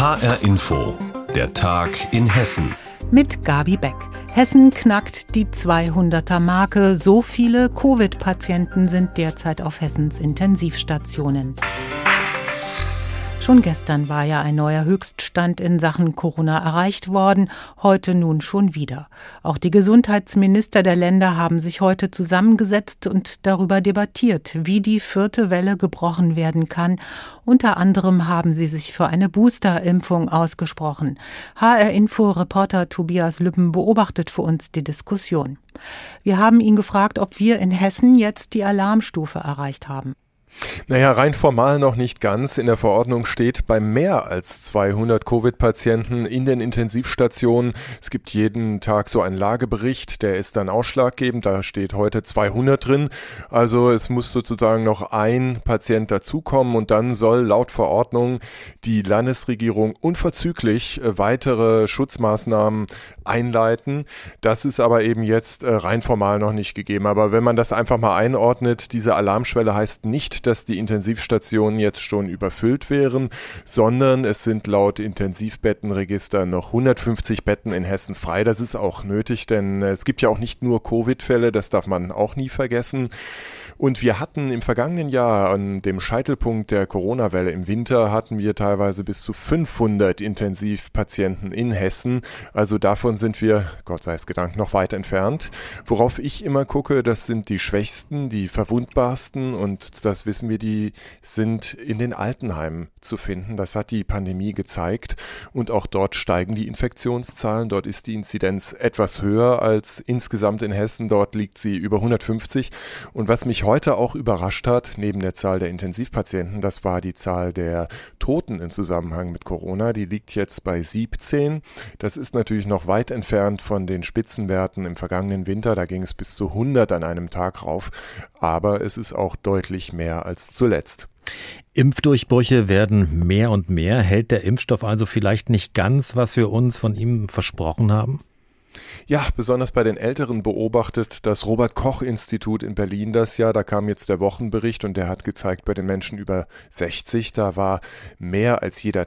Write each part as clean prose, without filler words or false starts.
HR Info, der Tag in Hessen. Mit Gabi Beck. Hessen knackt die 200er-Marke. So viele Covid-Patienten sind derzeit auf Hessens Intensivstationen. Schon gestern war ja ein neuer Höchststand in Sachen Corona erreicht worden, heute nun schon wieder. Auch die Gesundheitsminister der Länder haben sich heute zusammengesetzt und darüber debattiert, wie die vierte Welle gebrochen werden kann. Unter anderem haben sie sich für eine Boosterimpfung ausgesprochen. HR-Info-Reporter Tobias Lübben beobachtet für uns die Diskussion. Wir haben ihn gefragt, ob wir in Hessen jetzt die Alarmstufe erreicht haben. Naja, rein formal noch nicht ganz. In der Verordnung steht, bei mehr als 200 Covid-Patienten in den Intensivstationen, es gibt jeden Tag so einen Lagebericht, der ist dann ausschlaggebend, da steht heute 200 drin. Also es muss sozusagen noch ein Patient dazukommen und dann soll laut Verordnung die Landesregierung unverzüglich weitere Schutzmaßnahmen einleiten. Das ist aber eben jetzt rein formal noch nicht gegeben. Aber wenn man das einfach mal einordnet, diese Alarmschwelle heißt nicht, dass die Intensivstationen jetzt schon überfüllt wären, sondern es sind laut Intensivbettenregister noch 150 Betten in Hessen frei. Das ist auch nötig, denn es gibt ja auch nicht nur Covid-Fälle, das darf man auch nie vergessen. Und wir hatten im vergangenen Jahr an dem Scheitelpunkt der Corona-Welle im Winter hatten wir teilweise bis zu 500 Intensivpatienten in Hessen. Also davon sind wir, Gott sei es gedankt, noch weit entfernt. Worauf ich immer gucke, das sind die Schwächsten, die Verwundbarsten und das wissen wir, die sind in den Altenheimen zu finden. Das hat die Pandemie gezeigt und auch dort steigen die Infektionszahlen. Dort ist die Inzidenz etwas höher als insgesamt in Hessen. Dort liegt sie über 150 und was mich heute auch überrascht hat, neben der Zahl der Intensivpatienten, das war die Zahl der Toten im Zusammenhang mit Corona. Die liegt jetzt bei 17. Das ist natürlich noch weit entfernt von den Spitzenwerten im vergangenen Winter. Da ging es bis zu 100 an einem Tag rauf. Aber es ist auch deutlich mehr als zuletzt. Impfdurchbrüche werden mehr und mehr. Hält der Impfstoff also vielleicht nicht ganz, was wir uns von ihm versprochen haben? Ja, besonders bei den Älteren beobachtet das Robert-Koch-Institut in Berlin das Jahr. Da kam jetzt der Wochenbericht und der hat gezeigt, bei den Menschen über 60, da war mehr als jeder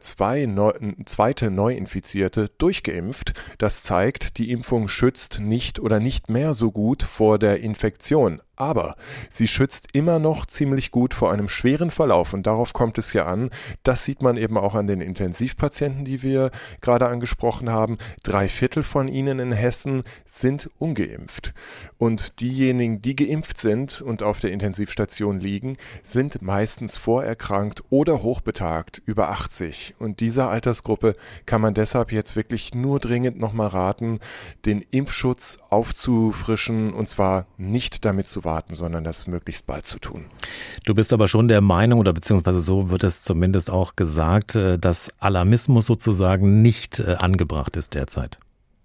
zweite Neuinfizierte durchgeimpft. Das zeigt, die Impfung schützt nicht oder nicht mehr so gut vor der Infektion. Aber sie schützt immer noch ziemlich gut vor einem schweren Verlauf und darauf kommt es ja an. Das sieht man eben auch an den Intensivpatienten, die wir gerade angesprochen haben. 3/4 von ihnen in Hessen sind ungeimpft. Und diejenigen, die geimpft sind und auf der Intensivstation liegen, sind meistens vorerkrankt oder hochbetagt, über 80. Und dieser Altersgruppe kann man deshalb jetzt wirklich nur dringend nochmal raten, den Impfschutz aufzufrischen und zwar nicht damit zu warten, sondern das möglichst bald zu tun. Du bist aber schon der Meinung, oder beziehungsweise so wird es zumindest auch gesagt, dass Alarmismus sozusagen nicht angebracht ist derzeit.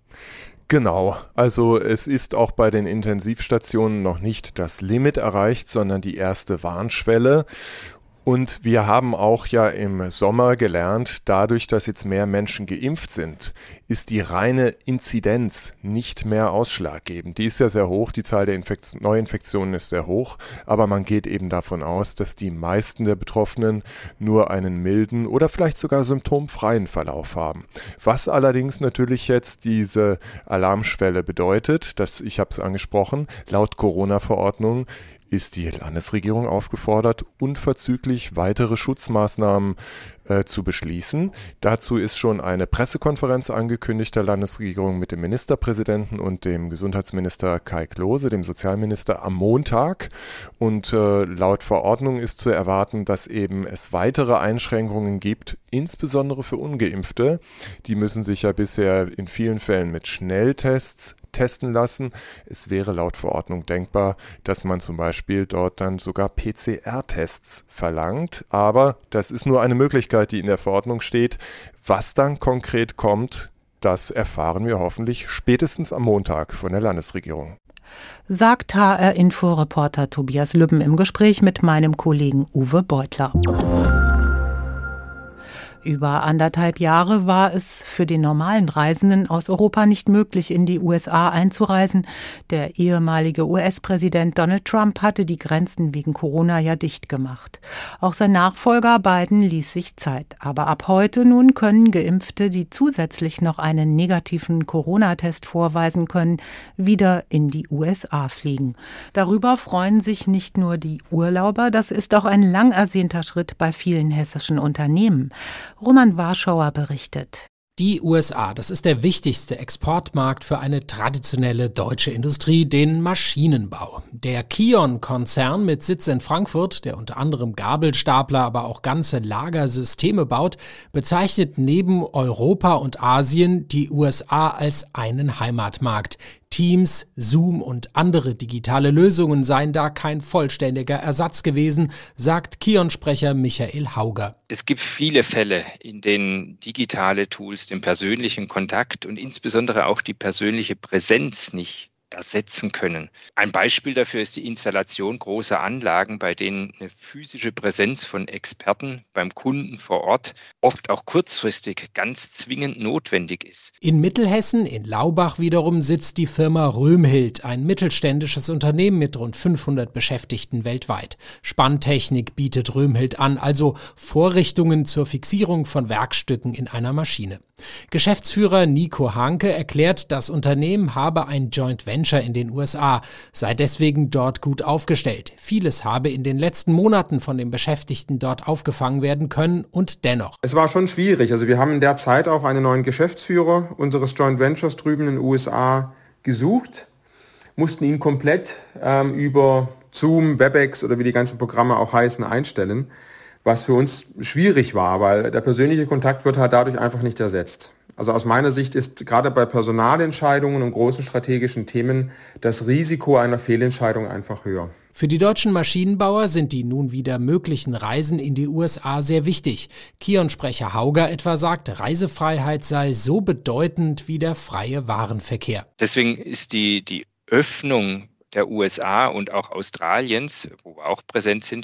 Genau, also es ist auch bei den Intensivstationen noch nicht das Limit erreicht, sondern die erste Warnschwelle. Und wir haben auch ja im Sommer gelernt, dadurch, dass jetzt mehr Menschen geimpft sind, ist die reine Inzidenz nicht mehr ausschlaggebend. Die ist ja sehr hoch, die Zahl der Neuinfektionen ist sehr hoch, aber man geht eben davon aus, dass die meisten der Betroffenen nur einen milden oder vielleicht sogar symptomfreien Verlauf haben. Was allerdings natürlich jetzt diese Alarmschwelle bedeutet, ich habe es angesprochen, laut Corona-Verordnung ist die Landesregierung aufgefordert, unverzüglich weitere Schutzmaßnahmen zu beschließen. Dazu ist schon eine Pressekonferenz angekündigt der Landesregierung mit dem Ministerpräsidenten und dem Gesundheitsminister Kai Klose, dem Sozialminister, am Montag. Und laut Verordnung ist zu erwarten, dass eben es weitere Einschränkungen gibt, insbesondere für Ungeimpfte. Die müssen sich ja bisher in vielen Fällen mit Schnelltests testen lassen. Es wäre laut Verordnung denkbar, dass man zum Beispiel dort dann sogar PCR-Tests verlangt. Aber das ist nur eine Möglichkeit, die in der Verordnung steht. Was dann konkret kommt, das erfahren wir hoffentlich spätestens am Montag von der Landesregierung. Sagt HR-Info-Reporter Tobias Lübben im Gespräch mit meinem Kollegen Uwe Beutler. Über 1,5 Jahre war es für den normalen Reisenden aus Europa nicht möglich, in die USA einzureisen. Der ehemalige US-Präsident Donald Trump hatte die Grenzen wegen Corona ja dicht gemacht. Auch sein Nachfolger Biden ließ sich Zeit. Aber ab heute nun können Geimpfte, die zusätzlich noch einen negativen Corona-Test vorweisen können, wieder in die USA fliegen. Darüber freuen sich nicht nur die Urlauber, das ist auch ein lang ersehnter Schritt bei vielen hessischen Unternehmen. Roman Warschauer berichtet. Die USA, das ist der wichtigste Exportmarkt für eine traditionelle deutsche Industrie, den Maschinenbau. Der KION-Konzern mit Sitz in Frankfurt, der unter anderem Gabelstapler, aber auch ganze Lagersysteme baut, bezeichnet neben Europa und Asien die USA als einen Heimatmarkt. Teams, Zoom und andere digitale Lösungen seien da kein vollständiger Ersatz gewesen, sagt KION-Sprecher Michael Hauger. Es gibt viele Fälle, in denen digitale Tools den persönlichen Kontakt und insbesondere auch die persönliche Präsenz nicht ersetzen können. Ein Beispiel dafür ist die Installation großer Anlagen, bei denen eine physische Präsenz von Experten beim Kunden vor Ort oft auch kurzfristig ganz zwingend notwendig ist. In Mittelhessen, in Laubach wiederum, sitzt die Firma Röhmhild, ein mittelständisches Unternehmen mit rund 500 Beschäftigten weltweit. Spanntechnik bietet Röhmhild an, also Vorrichtungen zur Fixierung von Werkstücken in einer Maschine. Geschäftsführer Nico Hanke erklärt, das Unternehmen habe ein Joint Venture in den USA, sei deswegen dort gut aufgestellt. Vieles habe in den letzten Monaten von den Beschäftigten dort aufgefangen werden können und dennoch. Es war schon schwierig. Also wir haben in der Zeit auch einen neuen Geschäftsführer unseres Joint Ventures drüben in den USA gesucht, mussten ihn komplett über Zoom, WebEx oder wie die ganzen Programme auch heißen, einstellen. Was für uns schwierig war, weil der persönliche Kontakt wird halt dadurch einfach nicht ersetzt. Also aus meiner Sicht ist gerade bei Personalentscheidungen und großen strategischen Themen das Risiko einer Fehlentscheidung einfach höher. Für die deutschen Maschinenbauer sind die nun wieder möglichen Reisen in die USA sehr wichtig. KION-Sprecher Hauger etwa sagt, Reisefreiheit sei so bedeutend wie der freie Warenverkehr. Deswegen ist die Öffnung der USA und auch Australiens, wo wir auch präsent sind,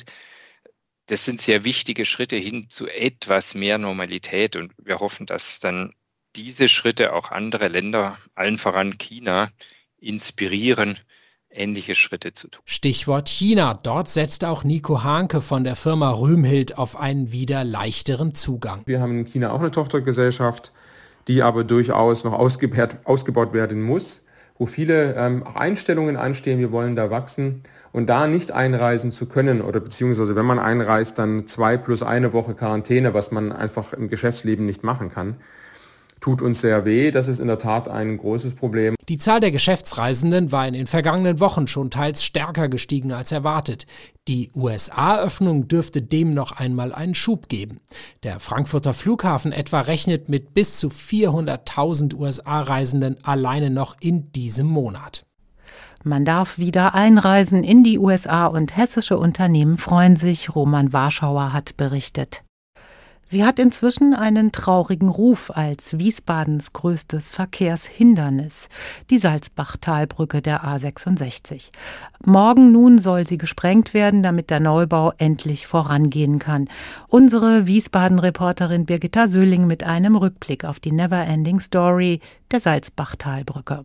das sind sehr wichtige Schritte hin zu etwas mehr Normalität und wir hoffen, dass dann diese Schritte auch andere Länder, allen voran China, inspirieren, ähnliche Schritte zu tun. Stichwort China. Dort setzt auch Nico Hanke von der Firma Röhmhild auf einen wieder leichteren Zugang. Wir haben in China auch eine Tochtergesellschaft, die aber durchaus noch ausgebaut werden muss, wo viele Einstellungen anstehen, wir wollen da wachsen und da nicht einreisen zu können oder beziehungsweise wenn man einreist, dann 2 + 1 Woche Quarantäne, was man einfach im Geschäftsleben nicht machen kann. Tut uns sehr weh, das ist in der Tat ein großes Problem. Die Zahl der Geschäftsreisenden war in den vergangenen Wochen schon teils stärker gestiegen als erwartet. Die USA-Öffnung dürfte dem noch einmal einen Schub geben. Der Frankfurter Flughafen etwa rechnet mit bis zu 400.000 USA-Reisenden alleine noch in diesem Monat. Man darf wieder einreisen in die USA und hessische Unternehmen freuen sich, Roman Warschauer hat berichtet. Sie hat inzwischen einen traurigen Ruf als Wiesbadens größtes Verkehrshindernis, die Salzbachtalbrücke der A66. Morgen nun soll sie gesprengt werden, damit der Neubau endlich vorangehen kann. Unsere Wiesbaden-Reporterin Birgitta Söhling mit einem Rückblick auf die Neverending Story der Salzbachtalbrücke.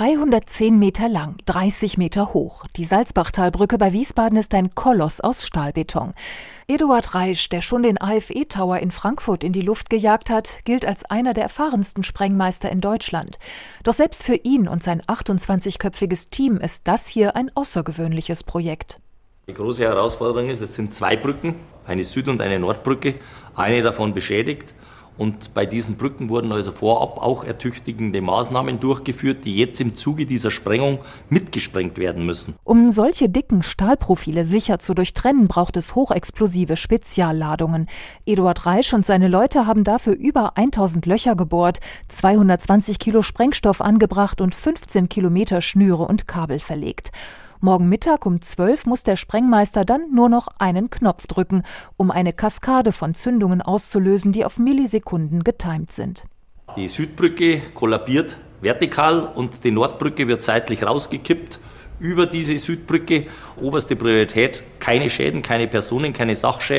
310 Meter lang, 30 Meter hoch. Die Salzbachtalbrücke bei Wiesbaden ist ein Koloss aus Stahlbeton. Eduard Reisch, der schon den AFE-Tower in Frankfurt in die Luft gejagt hat, gilt als einer der erfahrensten Sprengmeister in Deutschland. Doch selbst für ihn und sein 28-köpfiges Team ist das hier ein außergewöhnliches Projekt. Die große Herausforderung ist, es sind 2 Brücken, eine Süd- und eine Nordbrücke, eine davon beschädigt. Und bei diesen Brücken wurden also vorab auch ertüchtigende Maßnahmen durchgeführt, die jetzt im Zuge dieser Sprengung mitgesprengt werden müssen. Um solche dicken Stahlprofile sicher zu durchtrennen, braucht es hochexplosive Spezialladungen. Eduard Reisch und seine Leute haben dafür über 1000 Löcher gebohrt, 220 Kilo Sprengstoff angebracht und 15 Kilometer Schnüre und Kabel verlegt. Morgen Mittag um 12 muss der Sprengmeister dann nur noch einen Knopf drücken, um eine Kaskade von Zündungen auszulösen, die auf Millisekunden getimt sind. Die Südbrücke kollabiert vertikal und die Nordbrücke wird seitlich rausgekippt. Über diese Südbrücke, oberste Priorität, keine Schäden, keine Personen, keine Sachschäden.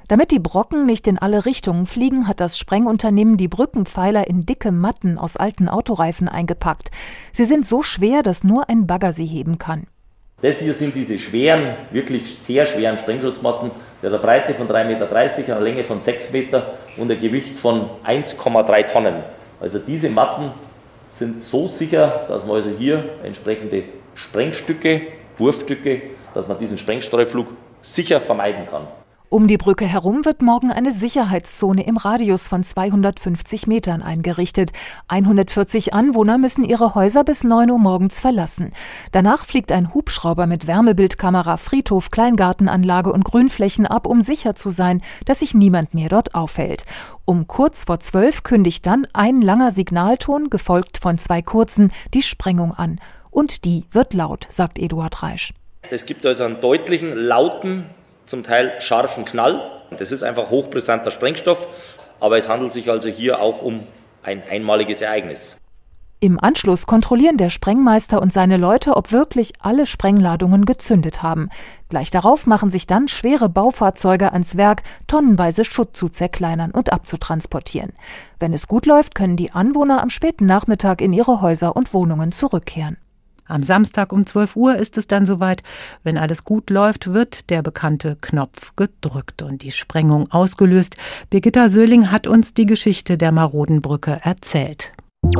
Damit die Brocken nicht in alle Richtungen fliegen, hat das Sprengunternehmen die Brückenpfeiler in dicke Matten aus alten Autoreifen eingepackt. Sie sind so schwer, dass nur ein Bagger sie heben kann. Das hier sind diese schweren, wirklich sehr schweren Sprengschutzmatten, die hat eine Breite von 3,30 Meter, eine Länge von 6 Meter und ein Gewicht von 1,3 Tonnen. Also diese Matten sind so sicher, dass man also hier entsprechende Sprengstücke, Wurfstücke, dass man diesen Sprengstreuflug sicher vermeiden kann. Um die Brücke herum wird morgen eine Sicherheitszone im Radius von 250 Metern eingerichtet. 140 Anwohner müssen ihre Häuser bis 9 Uhr morgens verlassen. Danach fliegt ein Hubschrauber mit Wärmebildkamera, Friedhof, Kleingartenanlage und Grünflächen ab, um sicher zu sein, dass sich niemand mehr dort aufhält. Um kurz vor 12 kündigt dann ein langer Signalton, gefolgt von 2 kurzen, die Sprengung an. Und die wird laut, sagt Eduard Reisch. Es gibt also einen deutlichen, lauten, zum Teil scharfen Knall. Das ist einfach hochbrisanter Sprengstoff, aber es handelt sich also hier auch um ein einmaliges Ereignis. Im Anschluss kontrollieren der Sprengmeister und seine Leute, ob wirklich alle Sprengladungen gezündet haben. Gleich darauf machen sich dann schwere Baufahrzeuge ans Werk, tonnenweise Schutt zu zerkleinern und abzutransportieren. Wenn es gut läuft, können die Anwohner am späten Nachmittag in ihre Häuser und Wohnungen zurückkehren. Am Samstag um 12 Uhr ist es dann soweit. Wenn alles gut läuft, wird der bekannte Knopf gedrückt und die Sprengung ausgelöst. Birgitta Söhling hat uns die Geschichte der maroden Brücke erzählt.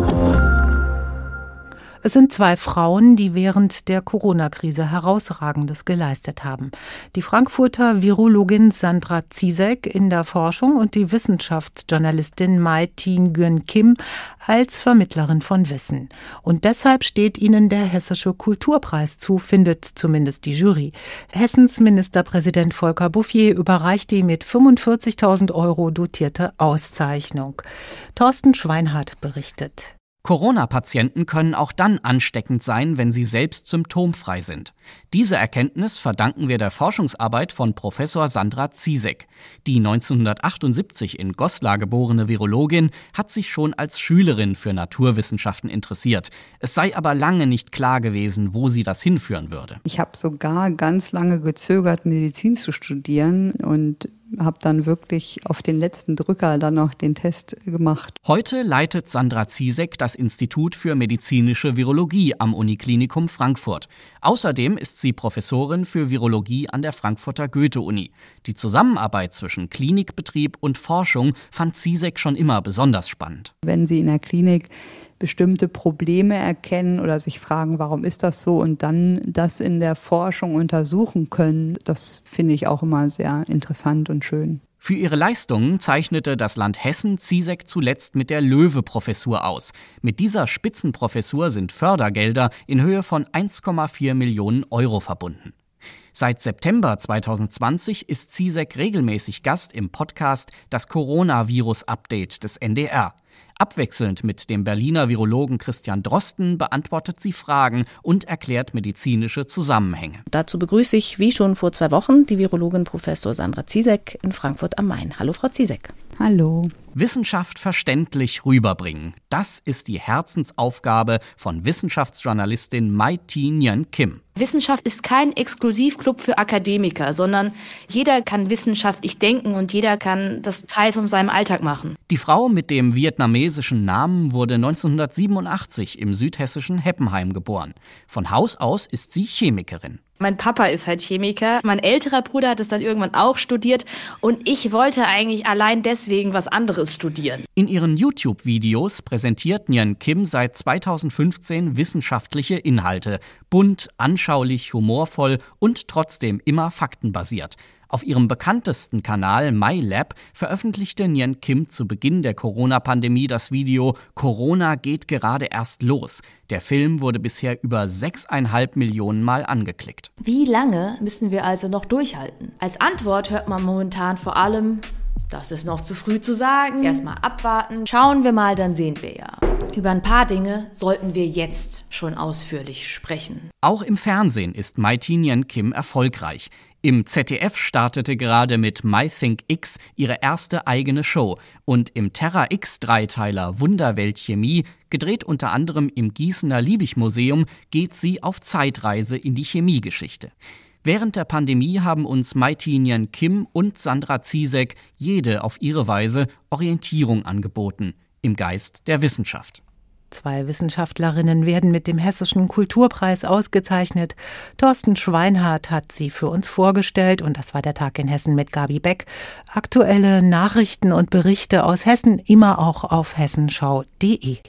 Es sind 2 Frauen, die während der Corona-Krise Herausragendes geleistet haben. Die Frankfurter Virologin Sandra Ziesek in der Forschung und die Wissenschaftsjournalistin Mai-Thi Nguyen Kim als Vermittlerin von Wissen. Und deshalb steht ihnen der Hessische Kulturpreis zu, findet zumindest die Jury. Hessens Ministerpräsident Volker Bouffier überreicht die mit 45.000 € dotierte Auszeichnung. Thorsten Schweinhardt berichtet. Corona-Patienten können auch dann ansteckend sein, wenn sie selbst symptomfrei sind. Diese Erkenntnis verdanken wir der Forschungsarbeit von Professor Sandra Ziesek. Die 1978 in Goslar geborene Virologin hat sich schon als Schülerin für Naturwissenschaften interessiert. Es sei aber lange nicht klar gewesen, wo sie das hinführen würde. Ich habe sogar ganz lange gezögert, Medizin zu studieren und habe dann wirklich auf den letzten Drücker dann noch den Test gemacht. Heute leitet Sandra Ziesek das Institut für medizinische Virologie am Uniklinikum Frankfurt. Außerdem ist sie Professorin für Virologie an der Frankfurter Goethe-Uni. Die Zusammenarbeit zwischen Klinikbetrieb und Forschung fand Ziesek schon immer besonders spannend. Wenn Sie in der Klinik bestimmte Probleme erkennen oder sich fragen, warum ist das so, und dann das in der Forschung untersuchen können, das finde ich auch immer sehr interessant und schön. Für ihre Leistungen zeichnete das Land Hessen Ziesek zuletzt mit der Löwe-Professur aus. Mit dieser Spitzenprofessur sind Fördergelder in Höhe von 1,4 Millionen € verbunden. Seit September 2020 ist Ziesek regelmäßig Gast im Podcast Das Coronavirus-Update des NDR. Abwechselnd mit dem Berliner Virologen Christian Drosten beantwortet sie Fragen und erklärt medizinische Zusammenhänge. Dazu begrüße ich, wie schon vor 2 Wochen, die Virologin Professor Sandra Ziesek in Frankfurt am Main. Hallo, Frau Ziesek. Hallo. Wissenschaft verständlich rüberbringen. Das ist die Herzensaufgabe von Wissenschaftsjournalistin Mai-Thi Nguyen Kim. Wissenschaft ist kein Exklusivclub für Akademiker, sondern jeder kann wissenschaftlich denken und jeder kann das Teil von seinem Alltag machen. Die Frau mit dem vietnamesischen Namen wurde 1987 im südhessischen Heppenheim geboren. Von Haus aus ist sie Chemikerin. Mein Papa ist halt Chemiker, mein älterer Bruder hat es dann irgendwann auch studiert und ich wollte eigentlich allein deswegen was anderes studieren. In ihren YouTube-Videos präsentiert Nguyen Kim seit 2015 wissenschaftliche Inhalte. Bunt, anschaulich, humorvoll und trotzdem immer faktenbasiert. Auf ihrem bekanntesten Kanal MyLab veröffentlichte Nguyen Kim zu Beginn der Corona-Pandemie das Video »Corona geht gerade erst los«. Der Film wurde bisher über 6,5 Millionen Mal angeklickt. Wie lange müssen wir also noch durchhalten? Als Antwort hört man momentan vor allem, das ist noch zu früh zu sagen, erstmal abwarten, schauen wir mal, dann sehen wir ja. Über ein paar Dinge sollten wir jetzt schon ausführlich sprechen. Auch im Fernsehen ist Mai-Thi Nguyen Kim erfolgreich. Im ZDF startete gerade mit MyThinkX ihre erste eigene Show. Und im Terra-X-Dreiteiler Wunderwelt Chemie, gedreht unter anderem im Gießener Liebig-Museum, geht sie auf Zeitreise in die Chemiegeschichte. Während der Pandemie haben uns Mai-Thi Nguyen Kim und Sandra Ziesek jede auf ihre Weise Orientierung angeboten, im Geist der Wissenschaft. 2 Wissenschaftlerinnen werden mit dem Hessischen Kulturpreis ausgezeichnet. Thorsten Schweinhardt hat sie für uns vorgestellt und das war der Tag in Hessen mit Gabi Beck. Aktuelle Nachrichten und Berichte aus Hessen immer auch auf hessenschau.de.